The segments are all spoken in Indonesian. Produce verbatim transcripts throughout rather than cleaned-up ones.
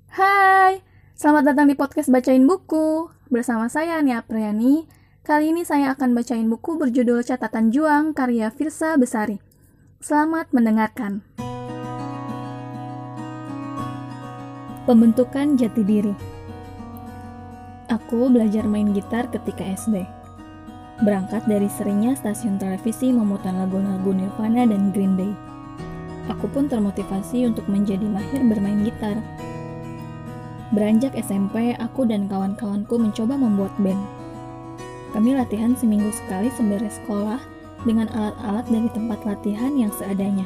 Hai, selamat datang di podcast Bacain Buku. Bersama saya Nia Priyani. Kali ini saya akan bacain buku berjudul Catatan Juang karya Firsa Besari. Selamat mendengarkan. Pembentukan jati diri. Aku belajar main gitar ketika S D. Berangkat dari seringnya stasiun televisi memutar lagu-lagu Nirvana dan Green Day. Aku pun termotivasi untuk menjadi mahir bermain gitar. Beranjak S M P, aku dan kawan-kawanku mencoba membuat band. Kami latihan seminggu sekali seberes sekolah dengan alat-alat dari tempat latihan yang seadanya.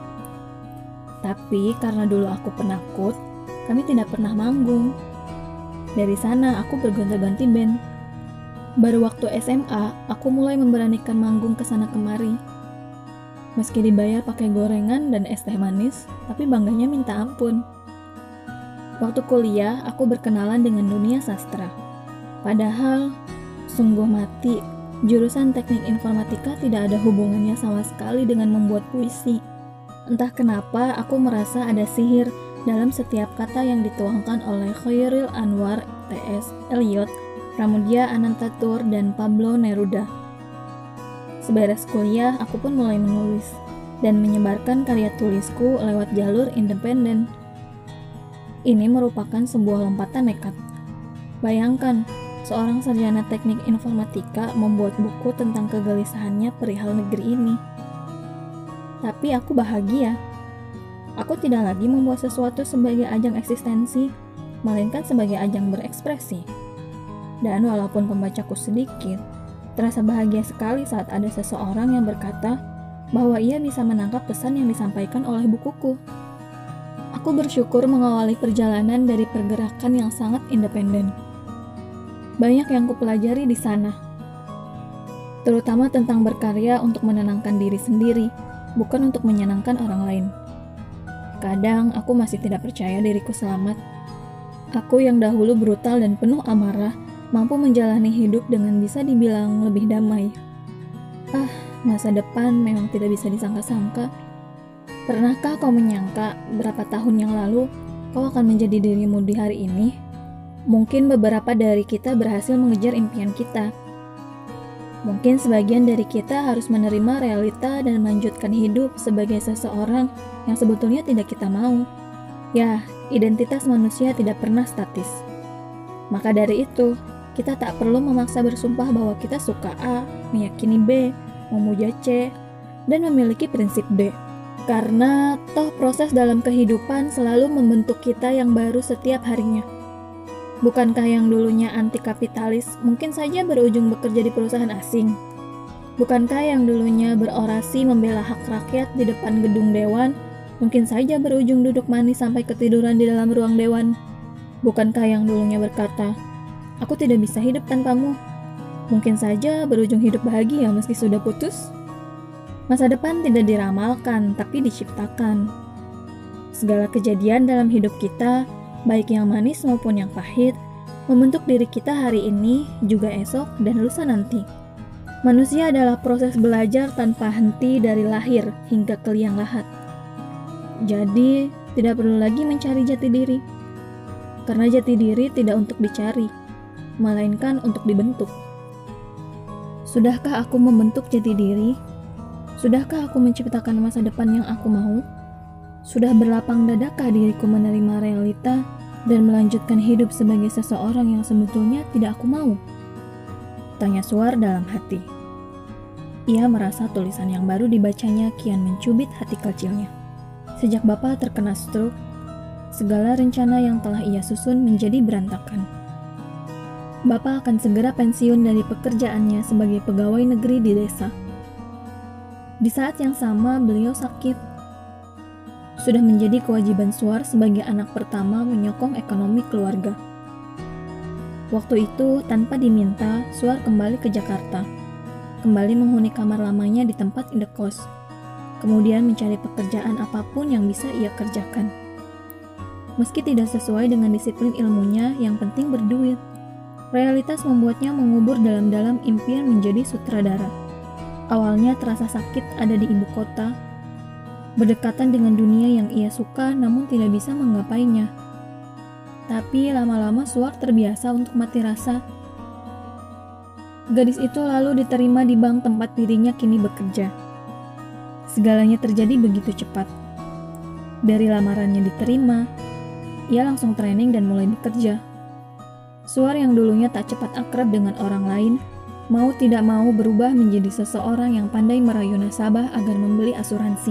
Tapi karena dulu aku penakut, kami tidak pernah manggung. Dari sana aku bergonta-ganti band. Baru waktu S M A, aku mulai memberanikan manggung ke sana kemari. Meski dibayar pakai gorengan dan es teh manis, tapi bangganya minta ampun. Waktu kuliah, aku berkenalan dengan dunia sastra. Padahal, sungguh mati, jurusan teknik informatika tidak ada hubungannya sama sekali dengan membuat puisi. Entah kenapa, aku merasa ada sihir dalam setiap kata yang dituangkan oleh Khairil Anwar, T S Eliot, Pramudia Anantatur, dan Pablo Neruda. Seberes kuliah, aku pun mulai menulis dan menyebarkan karya tulisku lewat jalur independen. Ini merupakan sebuah lompatan nekat. Bayangkan, seorang sarjana teknik informatika membuat buku tentang kegelisahannya perihal negeri ini. Tapi aku bahagia. Aku tidak lagi membuat sesuatu sebagai ajang eksistensi, melainkan sebagai ajang berekspresi. Dan walaupun pembacaku sedikit, terasa bahagia sekali saat ada seseorang yang berkata bahwa ia bisa menangkap pesan yang disampaikan oleh bukuku. Aku bersyukur mengawali perjalanan dari pergerakan yang sangat independen. Banyak yang kupelajari di sana, terutama tentang berkarya untuk menenangkan diri sendiri, bukan untuk menyenangkan orang lain. Kadang aku masih tidak percaya diriku selamat. Aku yang dahulu brutal dan penuh amarah, mampu menjalani hidup dengan bisa dibilang lebih damai. Ah, masa depan memang tidak bisa disangka-sangka. Pernahkah kau menyangka berapa tahun yang lalu kau akan menjadi dirimu di hari ini? Mungkin beberapa dari kita berhasil mengejar impian kita. Mungkin sebagian dari kita harus menerima realita dan melanjutkan hidup sebagai seseorang yang sebetulnya tidak kita mau. Ya, identitas manusia tidak pernah statis. Maka dari itu, kita tak perlu memaksa bersumpah bahwa kita suka A, meyakini B, memuja C, dan memiliki prinsip D. Karena toh proses dalam kehidupan selalu membentuk kita yang baru setiap harinya. Bukankah yang dulunya anti kapitalis mungkin saja berujung bekerja di perusahaan asing? Bukankah yang dulunya berorasi membela hak rakyat di depan gedung dewan mungkin saja berujung duduk manis sampai ketiduran di dalam ruang dewan? Bukankah yang dulunya berkata, "Aku tidak bisa hidup tanpamu," mungkin saja berujung hidup bahagia meski sudah putus? Masa depan tidak diramalkan, tapi diciptakan. Segala kejadian dalam hidup kita, baik yang manis maupun yang pahit, membentuk diri kita hari ini, juga esok, dan lusa nanti. Manusia adalah proses belajar tanpa henti dari lahir hingga ke liang lahat. Jadi, tidak perlu lagi mencari jati diri. Karena jati diri tidak untuk dicari, melainkan untuk dibentuk. Sudahkah aku membentuk jati diri? Sudahkah aku menciptakan masa depan yang aku mau? Sudah berlapang dadakah diriku menerima realita dan melanjutkan hidup sebagai seseorang yang sebetulnya tidak aku mau? Tanya Suar dalam hati. Ia merasa tulisan yang baru dibacanya kian mencubit hati kecilnya. Sejak Bapak terkena stroke, segala rencana yang telah ia susun menjadi berantakan. Bapak akan segera pensiun dari pekerjaannya sebagai pegawai negeri di desa. Di saat yang sama beliau sakit. Sudah menjadi kewajiban Suar sebagai anak pertama menyokong ekonomi keluarga. Waktu itu tanpa diminta, Suar kembali ke Jakarta. Kembali menghuni kamar lamanya di tempat indekos. Kemudian mencari pekerjaan apapun yang bisa ia kerjakan. Meski tidak sesuai dengan disiplin ilmunya, yang penting berduit. Realitas membuatnya mengubur dalam-dalam impian menjadi sutradara. Awalnya terasa sakit ada di ibu kota, berdekatan dengan dunia yang ia suka namun tidak bisa menggapainya. Tapi lama-lama Suar terbiasa untuk mati rasa. Gadis itu lalu diterima di bank tempat dirinya kini bekerja. Segalanya terjadi begitu cepat. Dari lamarannya diterima, ia langsung training dan mulai bekerja. Suar yang dulunya tak cepat akrab dengan orang lain, mau tidak mau berubah menjadi seseorang yang pandai merayu nasabah agar membeli asuransi.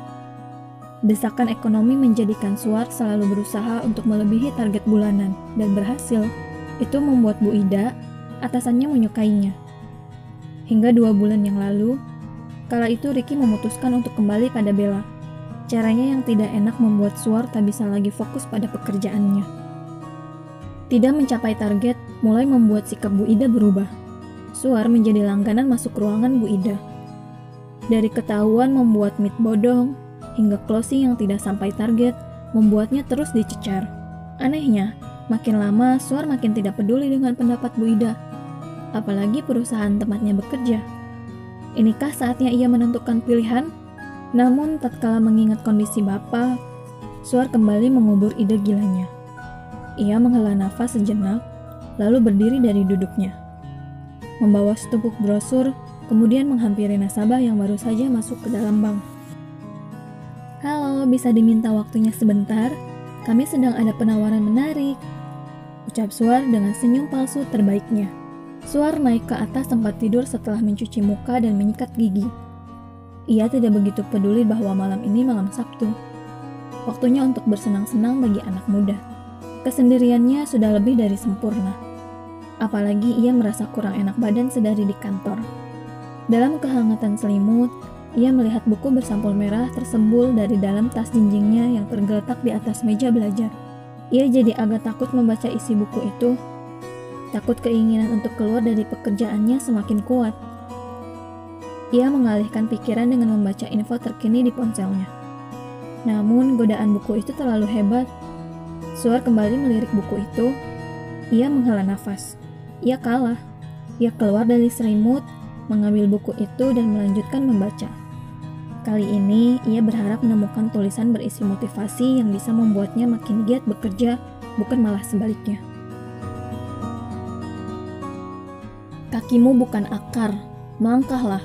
Desakan ekonomi menjadikan Suar selalu berusaha untuk melebihi target bulanan, dan berhasil. Itu membuat Bu Ida, atasannya, menyukainya. Hingga dua bulan yang lalu, kala itu Ricky memutuskan untuk kembali pada Bella. Caranya yang tidak enak membuat Suar tak bisa lagi fokus pada pekerjaannya. Tidak mencapai target mulai membuat sikap Bu Ida berubah. Suar menjadi langganan masuk ruangan Bu Ida. Dari ketahuan membuat meet bodong, hingga closing yang tidak sampai target, membuatnya terus dicecar. Anehnya, makin lama Suar makin tidak peduli dengan pendapat Bu Ida. Apalagi perusahaan tempatnya bekerja. Inikah saatnya ia menentukan pilihan? Namun tatkala mengingat kondisi Bapak, Suar kembali mengubur ide gilanya. Ia menghela nafas sejenak, lalu berdiri dari duduknya. Membawa setumpuk brosur, kemudian menghampiri nasabah yang baru saja masuk ke dalam bank. "Halo, bisa diminta waktunya sebentar? Kami sedang ada penawaran menarik," ucap Suar dengan senyum palsu terbaiknya. Suar naik ke atas tempat tidur setelah mencuci muka dan menyikat gigi. Ia tidak begitu peduli bahwa malam ini malam Sabtu. Waktunya untuk bersenang-senang bagi anak muda. Kesendiriannya sudah lebih dari sempurna. Apalagi ia merasa kurang enak badan sedari di kantor. Dalam kehangatan selimut, ia melihat buku bersampul merah tersembul dari dalam tas jinjingnya yang tergeletak di atas meja belajar. Ia jadi agak takut membaca isi buku itu. Takut keinginan untuk keluar dari pekerjaannya semakin kuat. Ia mengalihkan pikiran dengan membaca info terkini di ponselnya. Namun, godaan buku itu terlalu hebat. Suar kembali melirik buku itu. Ia menghela nafas. Ia kalah. Ia keluar dari selimut, mengambil buku itu dan melanjutkan membaca. Kali ini, ia berharap menemukan tulisan berisi motivasi yang bisa membuatnya makin giat bekerja, bukan malah sebaliknya. "Kakimu bukan akar, melangkahlah.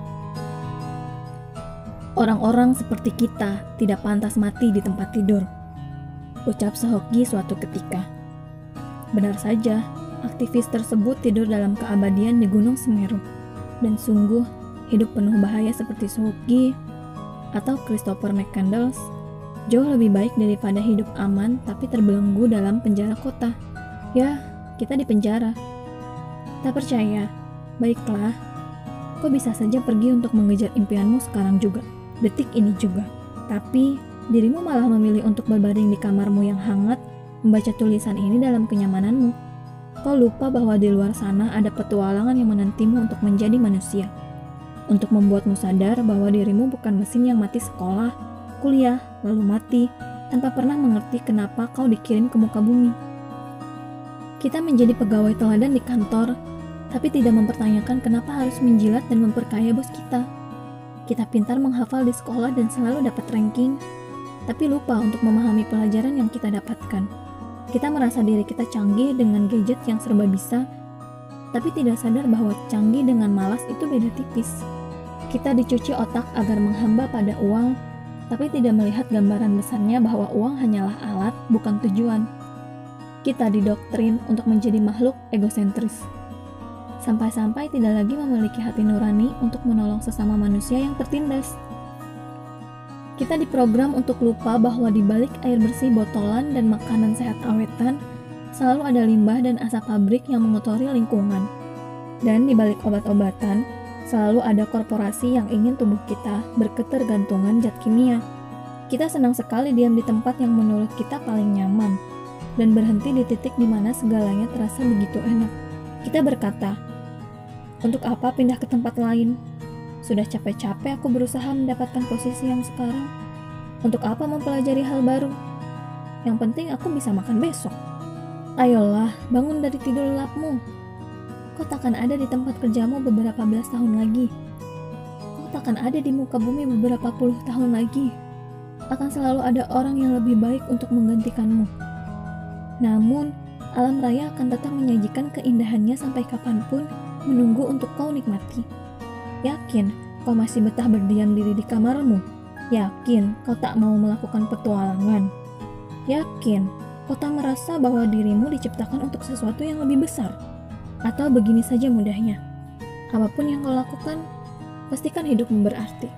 Orang-orang seperti kita tidak pantas mati di tempat tidur," ucap Seokgi suatu ketika. Benar saja, aktivis tersebut tidur dalam keabadian di Gunung Semeru. Dan sungguh, hidup penuh bahaya seperti Seokgi atau Christopher McCandless jauh lebih baik daripada hidup aman tapi terbelenggu dalam penjara kota. Ya, kita di penjara. Tak percaya? Baiklah, kau bisa saja pergi untuk mengejar impianmu sekarang juga, detik ini juga. Tapi, dirimu malah memilih untuk berbaring di kamarmu yang hangat, membaca tulisan ini dalam kenyamananmu. Kau lupa bahwa di luar sana ada petualangan yang menantimu untuk menjadi manusia. Untuk membuatmu sadar bahwa dirimu bukan mesin yang mati sekolah, kuliah, lalu mati, tanpa pernah mengerti kenapa kau dikirim ke muka bumi. Kita menjadi pegawai teladan di kantor, tapi tidak mempertanyakan kenapa harus menjilat dan memperkaya bos kita. Kita pintar menghafal di sekolah dan selalu dapat ranking, tapi lupa untuk memahami pelajaran yang kita dapatkan. Kita merasa diri kita canggih dengan gadget yang serba bisa, tapi tidak sadar bahwa canggih dengan malas itu beda tipis. Kita dicuci otak agar menghamba pada uang, tapi tidak melihat gambaran besarnya bahwa uang hanyalah alat, bukan tujuan. Kita didoktrin untuk menjadi makhluk egosentris. Sampai-sampai tidak lagi memiliki hati nurani untuk menolong sesama manusia yang tertindas. Kita diprogram untuk lupa bahwa di balik air bersih botolan dan makanan sehat awetan, selalu ada limbah dan asap pabrik yang mengotori lingkungan. Dan di balik obat-obatan, selalu ada korporasi yang ingin tubuh kita berketergantungan zat kimia. Kita senang sekali diam di tempat yang menurut kita paling nyaman, dan berhenti di titik di mana segalanya terasa begitu enak. Kita berkata, "Untuk apa pindah ke tempat lain? Sudah capek-capek aku berusaha mendapatkan posisi yang sekarang. Untuk apa mempelajari hal baru? Yang penting aku bisa makan besok. Ayolah, bangun dari tidur lelapmu. Kau takkan ada di tempat kerjamu beberapa belas tahun lagi. Kau takkan ada di muka bumi beberapa puluh tahun lagi. Akan selalu ada orang yang lebih baik untuk menggantikanmu. Namun, alam raya akan tetap menyajikan keindahannya sampai kapanpun, menunggu untuk kau nikmati. Yakin kau masih betah berdiam diri di kamarmu? Yakin kau tak mau melakukan petualangan? Yakin kau tak merasa bahwa dirimu diciptakan untuk sesuatu yang lebih besar? Atau begini saja mudahnya, apapun yang kau lakukan, pastikan hidupmu berarti.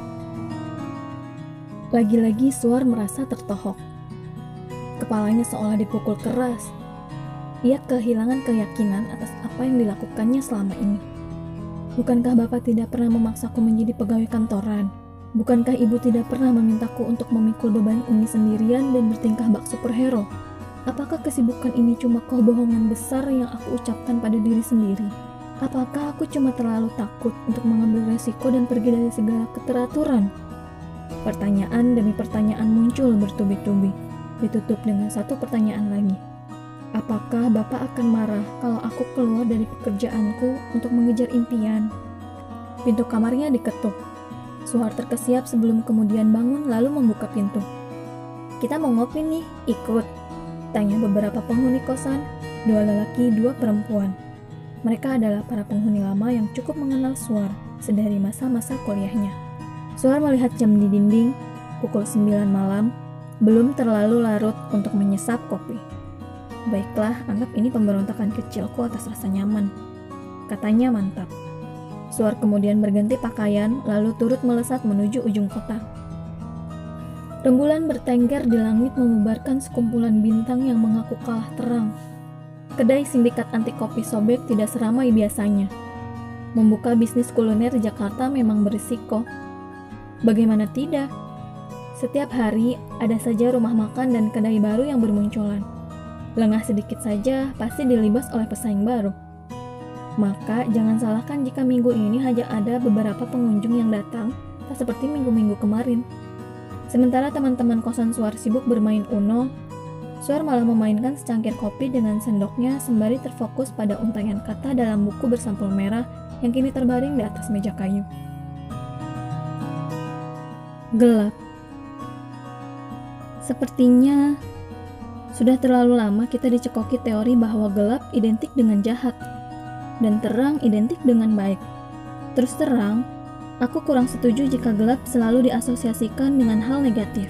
Lagi-lagi Suar merasa tertohok. Kepalanya seolah dipukul keras. Ia kehilangan keyakinan atas apa yang dilakukannya selama ini. Bukankah Bapak tidak pernah memaksaku menjadi pegawai kantoran? Bukankah Ibu tidak pernah memintaku untuk memikul beban ini sendirian dan bertingkah bak superhero? Apakah kesibukan ini cuma kebohongan besar yang aku ucapkan pada diri sendiri? Apakah aku cuma terlalu takut untuk mengambil resiko dan pergi dari segala keteraturan? Pertanyaan demi pertanyaan muncul bertubi-tubi, ditutup dengan satu pertanyaan lagi. Apakah Bapak akan marah kalau aku keluar dari pekerjaanku untuk mengejar impian? Pintu kamarnya diketuk. Suhar terkesiap sebelum kemudian bangun lalu membuka pintu. Kita mau ngopi nih, ikut? Tanya beberapa penghuni kosan, dua lelaki, dua perempuan. Mereka adalah para penghuni lama yang cukup mengenal Suhar sedari masa-masa kuliahnya. Suhar melihat jam di dinding, pukul sembilan malam, belum terlalu larut untuk menyesap kopi. Baiklah, anggap ini pemberontakan kecilku atas rasa nyaman. Katanya mantap. Suhar kemudian berganti pakaian, lalu turut melesat menuju ujung kota. Rembulan bertengger di langit memubarkan sekumpulan bintang yang mengaku kalah terang. Kedai sindikat anti kopi sobek tidak seramai biasanya. Membuka bisnis kuliner di Jakarta memang berisiko. Bagaimana tidak? Setiap hari ada saja rumah makan dan kedai baru yang bermunculan. Lengah sedikit saja pasti dilibas oleh pesaing baru. Maka jangan salahkan jika minggu ini hanya ada beberapa pengunjung yang datang, tak seperti minggu-minggu kemarin. Sementara teman-teman kosan Suhar sibuk bermain Uno, Suhar malah memainkan secangkir kopi dengan sendoknya sembari terfokus pada untayan kata dalam buku bersampul merah yang kini terbaring di atas meja kayu. Gelap. Sepertinya sudah terlalu lama kita dicekoki teori bahwa gelap identik dengan jahat dan terang identik dengan baik. Terus terang, aku kurang setuju jika gelap selalu diasosiasikan dengan hal negatif.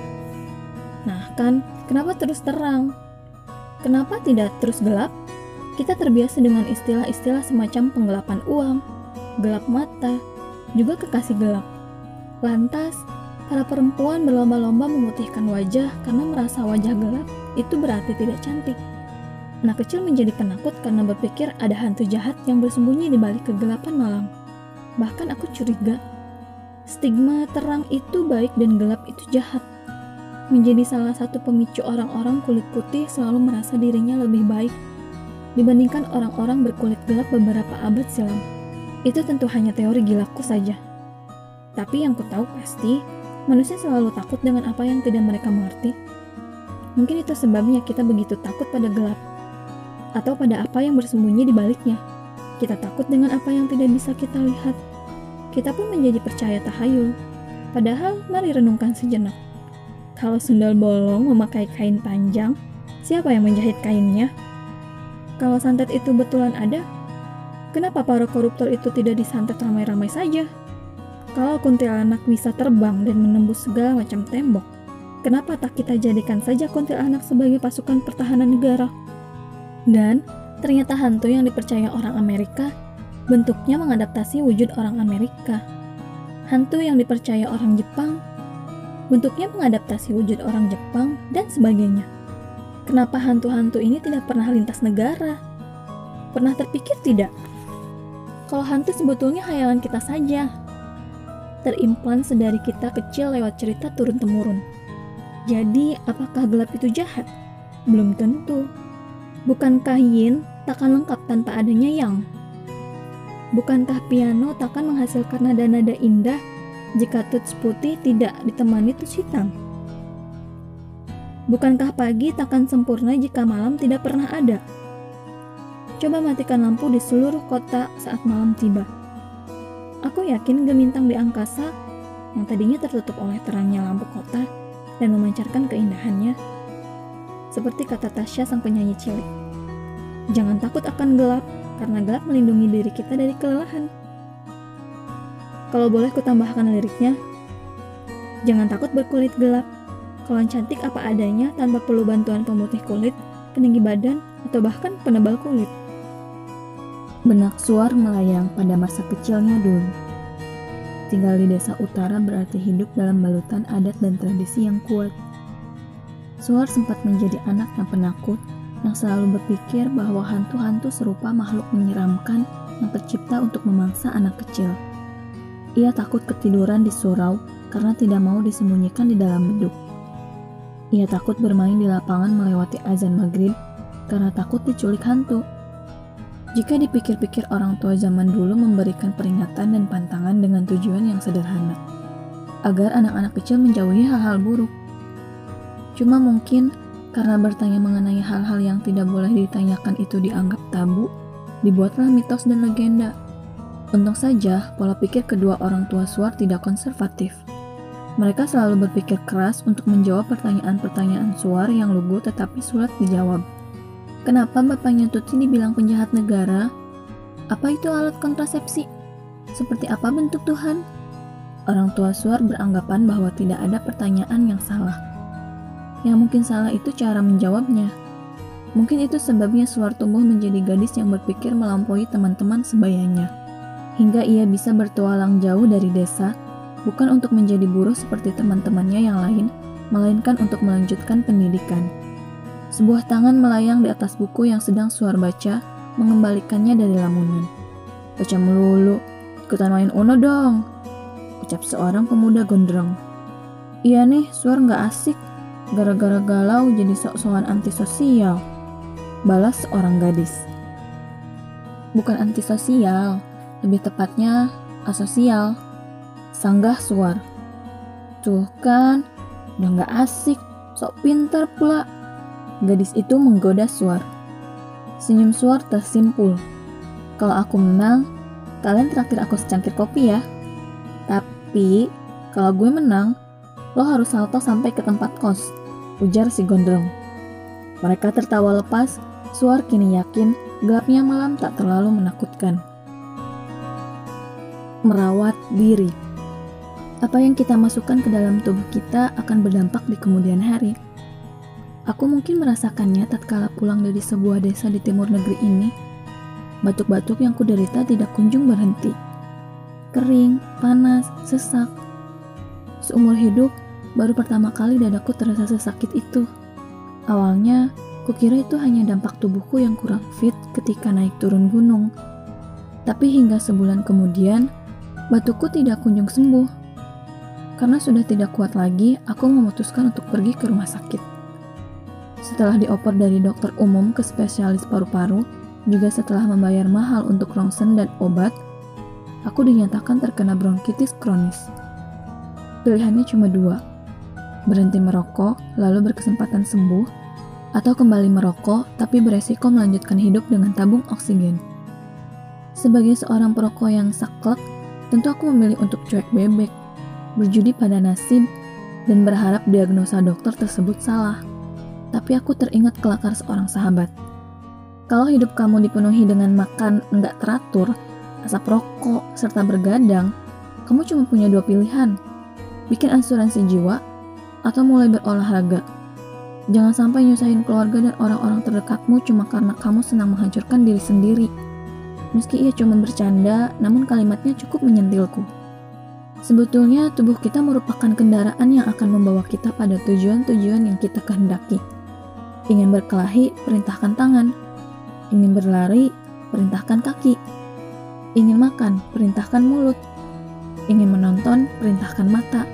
Nah kan, kenapa terus terang? Kenapa tidak terus gelap? Kita terbiasa dengan istilah-istilah semacam penggelapan uang, gelap mata, juga kekasih gelap. Lantas, para perempuan berlomba-lomba memutihkan wajah karena merasa wajah gelap itu berarti tidak cantik. Anak kecil menjadi penakut karena berpikir ada hantu jahat yang bersembunyi di balik kegelapan malam. Bahkan aku curiga, stigma terang itu baik dan gelap itu jahat menjadi salah satu pemicu orang-orang kulit putih selalu merasa dirinya lebih baik dibandingkan orang-orang berkulit gelap beberapa abad silam. Itu tentu hanya teori gilaku saja. Tapi yang ku tahu pasti, manusia selalu takut dengan apa yang tidak mereka mengerti. Mungkin itu sebabnya kita begitu takut pada gelap, atau pada apa yang bersembunyi di baliknya. Kita takut dengan apa yang tidak bisa kita lihat. Kita pun menjadi percaya tahayul. Padahal, mari renungkan sejenak. Kalau sundal bolong memakai kain panjang, siapa yang menjahit kainnya? Kalau santet itu betulan ada, kenapa para koruptor itu tidak disantet ramai-ramai saja? Kalau kuntilanak bisa terbang dan menembus segala macam tembok, kenapa tak kita jadikan saja kuntilanak sebagai pasukan pertahanan negara? Dan ternyata hantu yang dipercaya orang Amerika bentuknya mengadaptasi wujud orang Amerika. Hantu yang dipercaya orang Jepang bentuknya mengadaptasi wujud orang Jepang dan sebagainya. Kenapa hantu-hantu ini tidak pernah lintas negara? Pernah terpikir tidak? Kalau hantu sebetulnya khayalan kita saja, terimplan sedari kita kecil lewat cerita turun-temurun. Jadi, apakah gelap itu jahat? Belum tentu. Bukankah yin takkan lengkap tanpa adanya yang? Bukankah piano takkan menghasilkan nada-nada indah jika tuts putih tidak ditemani tuts hitam? Bukankah pagi takkan sempurna jika malam tidak pernah ada? Coba matikan lampu di seluruh kota saat malam tiba. Aku yakin gemintang di angkasa yang tadinya tertutup oleh terangnya lampu kota dan memancarkan keindahannya, Seperti kata Tasya sang penyanyi cilik. Jangan takut akan gelap, karena gelap melindungi diri kita dari kelelahan. Kalau boleh kutambahkan liriknya, jangan takut berkulit gelap. Kalau cantik apa adanya tanpa perlu bantuan pemutih kulit, peninggi badan, atau bahkan penebal kulit. Benak Suar melayang pada masa kecilnya dulu. Tinggal di desa utara berarti hidup dalam balutan adat dan tradisi yang kuat. Suar sempat menjadi anak yang penakut, yang selalu berpikir bahwa hantu-hantu serupa makhluk menyeramkan yang tercipta untuk memangsa anak kecil. Ia takut ketiduran di surau karena tidak mau disembunyikan di dalam beduk. Ia takut bermain di lapangan melewati azan maghrib karena takut diculik hantu. Jika dipikir-pikir, orang tua zaman dulu memberikan peringatan dan pantangan dengan tujuan yang sederhana, agar anak-anak kecil menjauhi hal-hal buruk. Cuma mungkin karena bertanya mengenai hal-hal yang tidak boleh ditanyakan itu dianggap tabu, dibuatlah mitos dan legenda. Untung saja pola pikir kedua orang tua Suar tidak konservatif. Mereka selalu berpikir keras untuk menjawab pertanyaan-pertanyaan Suar yang lugu tetapi sulit dijawab. Kenapa bapaknya Tuti dibilang penjahat negara? Apa itu alat kontrasepsi? Seperti apa bentuk Tuhan? Orang tua Suar beranggapan bahwa tidak ada pertanyaan yang salah. Yang mungkin salah itu cara menjawabnya. Mungkin itu sebabnya Suar tumbuh menjadi gadis yang berpikir melampaui teman-teman sebayanya. Hingga ia bisa bertualang jauh dari desa, bukan untuk menjadi buruh seperti teman-temannya yang lain, melainkan untuk melanjutkan pendidikan. Sebuah tangan melayang di atas buku yang sedang Suar baca, mengembalikannya dari lamunan. Baca melulu, ikutan main Uno dong, ucap seorang pemuda gondrong. Iya nih, Suar gak asik, gara-gara galau jadi sok-sokan antisosial, balas seorang gadis. Bukan antisosial, lebih tepatnya asosial, sanggah Suar. Tuh kan, udah gak asik, sok pintar pula. Gadis itu menggoda Suar. Senyum Suar tersimpul. Kalau aku menang, kalian traktir aku secangkir kopi ya. Tapi, kalau gue menang, lo harus salto sampai ke tempat kos, ujar si gondrong. Mereka tertawa lepas. Suar kini yakin gelapnya malam tak terlalu menakutkan. Merawat diri. Apa yang kita masukkan ke dalam tubuh kita akan berdampak di kemudian hari. Aku mungkin merasakannya tatkala pulang dari sebuah desa di timur negeri ini. Batuk-batuk yang kuderita tidak kunjung berhenti. Kering, panas, sesak. Seumur hidup, baru pertama kali dadaku terasa sesakit itu. Awalnya, kukira itu hanya dampak tubuhku yang kurang fit ketika naik turun gunung. Tapi hingga sebulan kemudian, batukku tidak kunjung sembuh. Karena sudah tidak kuat lagi, aku memutuskan untuk pergi ke rumah sakit. Setelah dioper dari dokter umum ke spesialis paru-paru, juga setelah membayar mahal untuk rongsen dan obat, aku dinyatakan terkena bronkitis kronis. Pilihannya cuma dua, berhenti merokok lalu berkesempatan sembuh, atau kembali merokok tapi beresiko melanjutkan hidup dengan tabung oksigen. Sebagai seorang perokok yang saklek, tentu aku memilih untuk cuek bebek, berjudi pada nasib, dan berharap diagnosa dokter tersebut salah. Tapi aku teringat kelakar seorang sahabat. Kalau hidup kamu dipenuhi dengan makan enggak teratur, asap rokok, serta bergadang, kamu cuma punya dua pilihan. Bikin asuransi jiwa, atau mulai berolahraga. Jangan sampai nyusahin keluarga dan orang-orang terdekatmu cuma karena kamu senang menghancurkan diri sendiri. Meski ia cuma bercanda, namun kalimatnya cukup menyentilku. Sebetulnya tubuh kita merupakan kendaraan yang akan membawa kita pada tujuan-tujuan yang kita kehendaki. Ingin berkelahi, perintahkan tangan. Ingin berlari, perintahkan kaki. Ingin makan, perintahkan mulut. Ingin menonton, perintahkan mata.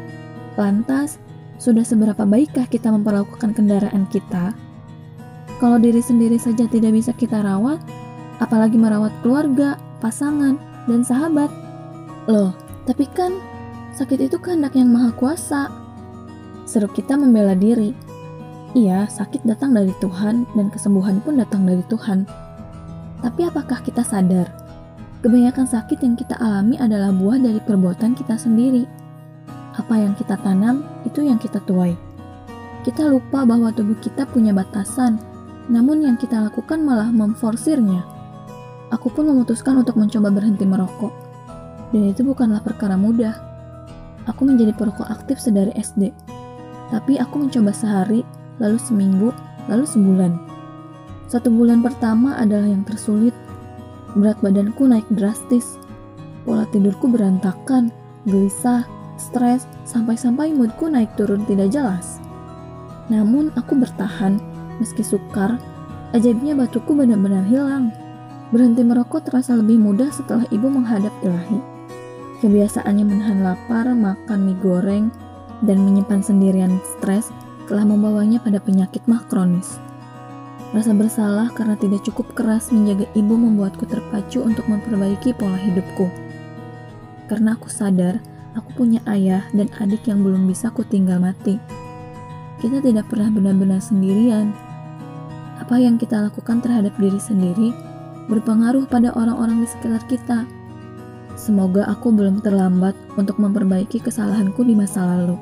Lantas, sudah seberapa baikkah kita memperlakukan kendaraan kita? Kalau diri sendiri saja tidak bisa kita rawat, apalagi merawat keluarga, pasangan, dan sahabat. Loh, tapi kan sakit itu kehendak yang maha kuasa. Seru kita membela diri. Iya, sakit datang dari Tuhan dan kesembuhan pun datang dari Tuhan. Tapi apakah kita sadar? Kebanyakan sakit yang kita alami adalah buah dari perbuatan kita sendiri. Apa yang kita tanam, itu yang kita tuai. Kita lupa bahwa tubuh kita punya batasan, namun yang kita lakukan malah memforsirnya. Aku pun memutuskan untuk mencoba berhenti merokok. Dan itu bukanlah perkara mudah. Aku menjadi perokok aktif sedari S D. Tapi aku mencoba sehari, lalu seminggu, lalu sebulan. Satu bulan pertama adalah yang tersulit. Berat badanku naik drastis. Pola tidurku berantakan, gelisah, stres, sampai-sampai moodku naik turun tidak jelas. Namun aku bertahan, meski sukar, ajaibnya batuku benar-benar hilang. Berhenti merokok terasa lebih mudah setelah ibu menghadap Ilahi. Kebiasaannya menahan lapar, makan mie goreng, dan menyimpan sendirian stres telah membawanya pada penyakit mah kronis. Rasa bersalah karena tidak cukup keras menjaga ibu membuatku terpacu untuk memperbaiki pola hidupku. Karena aku sadar, aku punya ayah dan adik yang belum bisa ku tinggal mati. Kita tidak pernah benar-benar sendirian. Apa yang kita lakukan terhadap diri sendiri berpengaruh pada orang-orang di sekitar kita. Semoga aku belum terlambat untuk memperbaiki kesalahanku di masa lalu.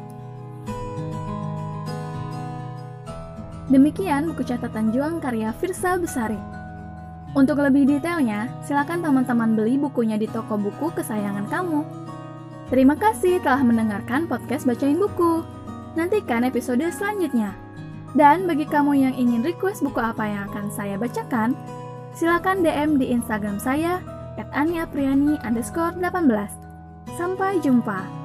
Demikian buku catatan juang karya Firsal Besari. Untuk lebih detailnya, silakan teman-teman beli bukunya di toko buku kesayangan kamu. Terima kasih telah mendengarkan podcast Bacain Buku. Nantikan episode selanjutnya. Dan bagi kamu yang ingin request buku apa yang akan saya bacakan, silakan D M di Instagram saya at aniapriani underscore delapan belas. Sampai jumpa.